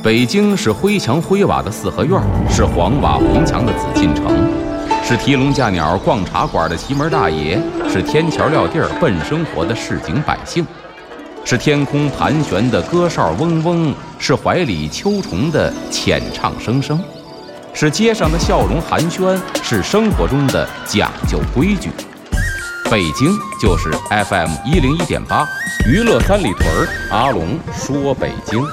北京是灰墙灰瓦的四合院，是黄瓦红墙的紫禁城，是提笼架鸟逛茶馆的奇门大爷，是天桥撂地儿奔生活的市井百姓，是天空盘旋的歌哨嗡嗡，是怀里秋虫的浅唱声声，是街上的笑容寒暄，是生活中的讲究规矩。北京就是 FM101.8 娱乐三里屯，阿龙说北京。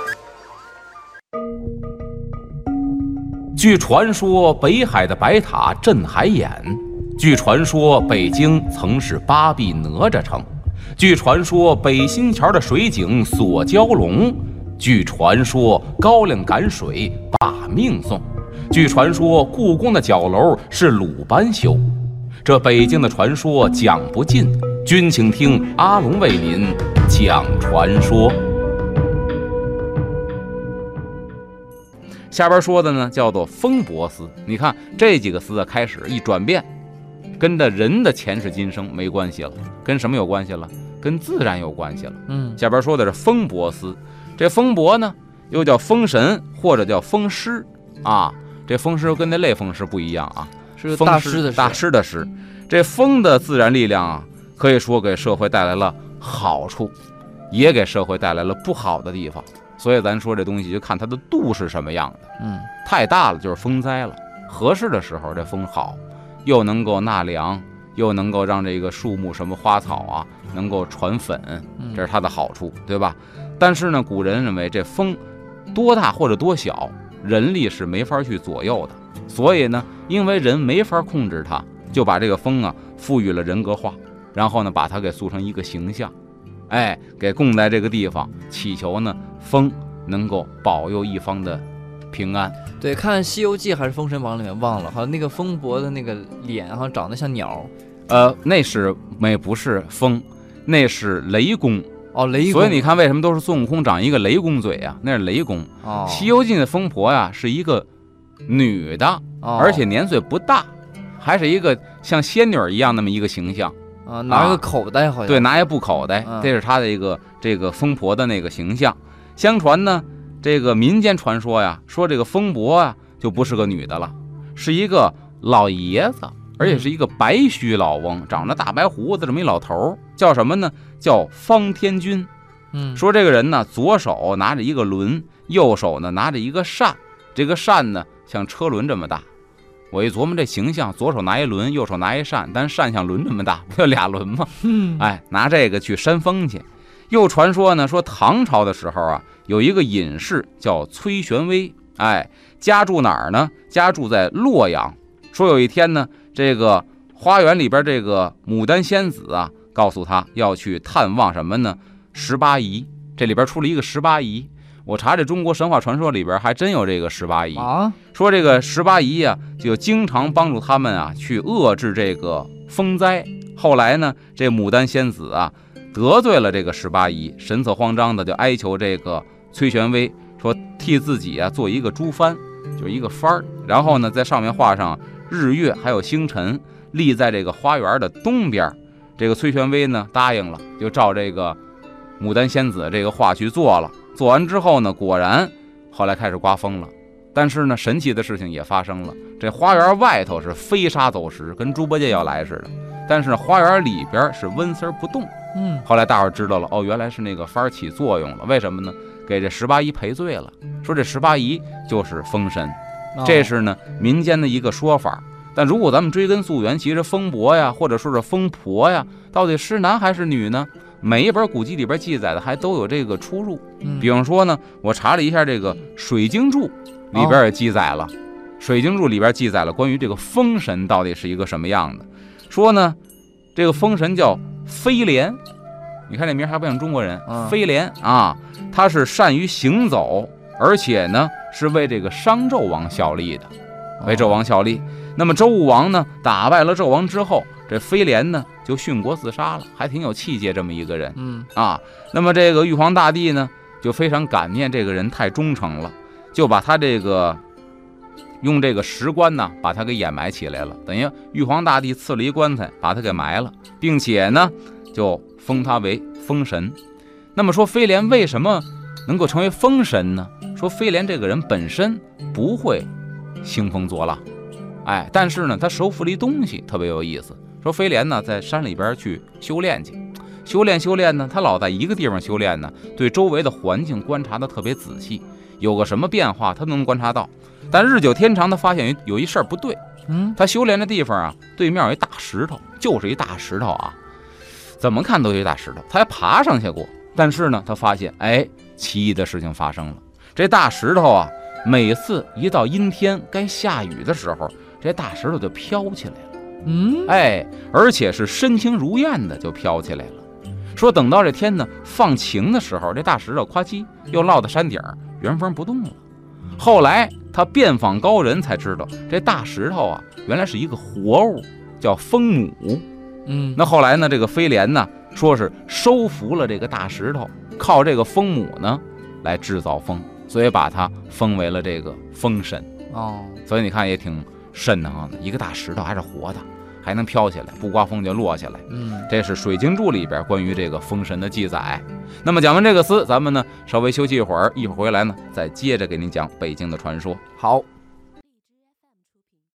据传说，北海的白塔镇海眼；据传说，北京曾是八臂哪吒城；据传说，北新桥的水井锁蛟龙；据传说，高粱赶水把命送；据传说，故宫的角楼是鲁班修。这北京的传说讲不尽，君请听阿龙为您讲传说。下边说的呢叫做风伯司，你看这几个司开始一转变，跟着人的前世今生没关系了，跟什么有关系了？跟自然有关系了。下边说的是风伯司，这风伯呢又叫风神或者叫风师啊，这风师跟那类风师不一样啊， 是大师的师。 大师的师，这风的自然力量啊，可以说给社会带来了好处，也给社会带来了不好的地方。所以咱说这东西就看它的度是什么样的，太大了就是风灾了，合适的时候这风好，又能够纳凉，又能够让这个树木什么花草啊能够传粉，这是它的好处，对吧？但是呢，古人认为这风多大或者多小，人力是没法去左右的，所以呢，因为人没法控制它，就把这个风啊赋予了人格化，然后呢把它给塑成一个形象，给供在这个地方，祈求呢风能够保佑一方的平安。 对，看《西游记》还是《封神榜》里面忘了，好像那个风伯的那个脸好像长得像鸟。 那不是风，那是雷公。 雷公。 所以你看为什么都是孙悟空长一个雷公嘴啊？那是雷公。西游记的风婆呀是一个女的，而且年岁不大，还是一个像仙女一样那么一个形象。 拿个口袋好像。 对，拿一布口袋，这是他的一个这个风婆的那个形象。相传呢，这个民间传说呀，说这个风伯啊就不是个女的了，是一个老爷子，而且是一个白须老翁，长着大白胡子这么一老头，叫什么呢？叫方天君。说这个人呢，左手拿着一个轮，右手呢拿着一个扇，这个扇呢像车轮这么大。我一琢磨这形象，左手拿一轮，右手拿一扇，但扇像轮这么大，不就俩轮吗？拿这个去扇风去。又传说呢，说唐朝的时候啊，有一个隐士叫崔玄微，家住哪儿呢？家住在洛阳。说有一天呢，这个花园里边这个牡丹仙子啊，告诉他要去探望什么呢？18姨。这里边出了一个18姨。我查这中国神话传说里边还真有这个18姨啊，说这个18姨啊，就经常帮助他们啊去遏制这个风灾。后来呢，这牡丹仙子啊得罪了这个18姨，神色慌张的就哀求这个崔玄微说替自己啊做一个珠幡，就是一个幡儿，然后呢在上面画上日月还有星辰，立在这个花园的东边。这个崔玄微呢答应了，就照这个牡丹仙子这个画去做了。做完之后呢，果然后来开始刮风了，但是呢神奇的事情也发生了，这花园外头是飞沙走石，跟猪八戒要来似的，但是花园里边是温丝不动。后来大伙知道了，原来是那个幡起作用了。为什么呢？给这18姨赔罪了，说这18姨就是风神，这是呢民间的一个说法。但如果咱们追根溯源，其实风伯呀，或者说是风婆呀，到底是男还是女呢？每一本古籍里边记载的还都有这个出入。比方说呢，我查了一下这个《水经注》里边也记载了，水经注》里边记载了关于这个风神到底是一个什么样的。说呢，这个风神叫飞廉，你看这名还不像中国人，飞廉啊，他是善于行走，而且呢是为这个商纣王效力的，为纣王效力。那么周武王呢打败了纣王之后，这飞廉呢就殉国自杀了，还挺有气节这么一个人。那么这个玉皇大帝呢就非常感念这个人太忠诚了，就把他这个用这个石棺呢把他给掩埋起来了，等于玉皇大帝赐了一棺材把他给埋了，并且呢就封他为风神。那么说飞廉为什么能够成为风神呢？ 说飞廉这个人本身不会兴风作浪，但是呢，他收服了一东西特别有意思。说飞廉呢在山里边去修炼去，修炼呢，他老在一个地方修炼呢，对周围的环境观察的特别仔细，有个什么变化他都能观察到。但日久天长，他发现有一事儿不对。他修炼的地方啊，对面有一大石头，就是一大石头啊，怎么看都有一大石头。他还爬上去过，但是呢，他发现奇异的事情发生了。这大石头啊，每次一到阴天该下雨的时候，这大石头就飘起来了。而且是身轻如燕的就飘起来了。说等到这天呢放晴的时候，这大石头夸叽又落到山顶，原封不动了。后来他遍访高人才知道，这大石头啊原来是一个活物，叫风母。那后来呢，这个飞廉呢说是收服了这个大石头，靠这个风母呢来制造风，所以把它封为了这个风神。所以你看也挺瘆得慌的，一个大石头还是活的，还能飘起来，不刮风就落下来。这是《水经注》里边关于这个风神的记载。那么讲完这个诗，咱们呢稍微休息一会儿，回来呢再接着给您讲北京的传说。 好。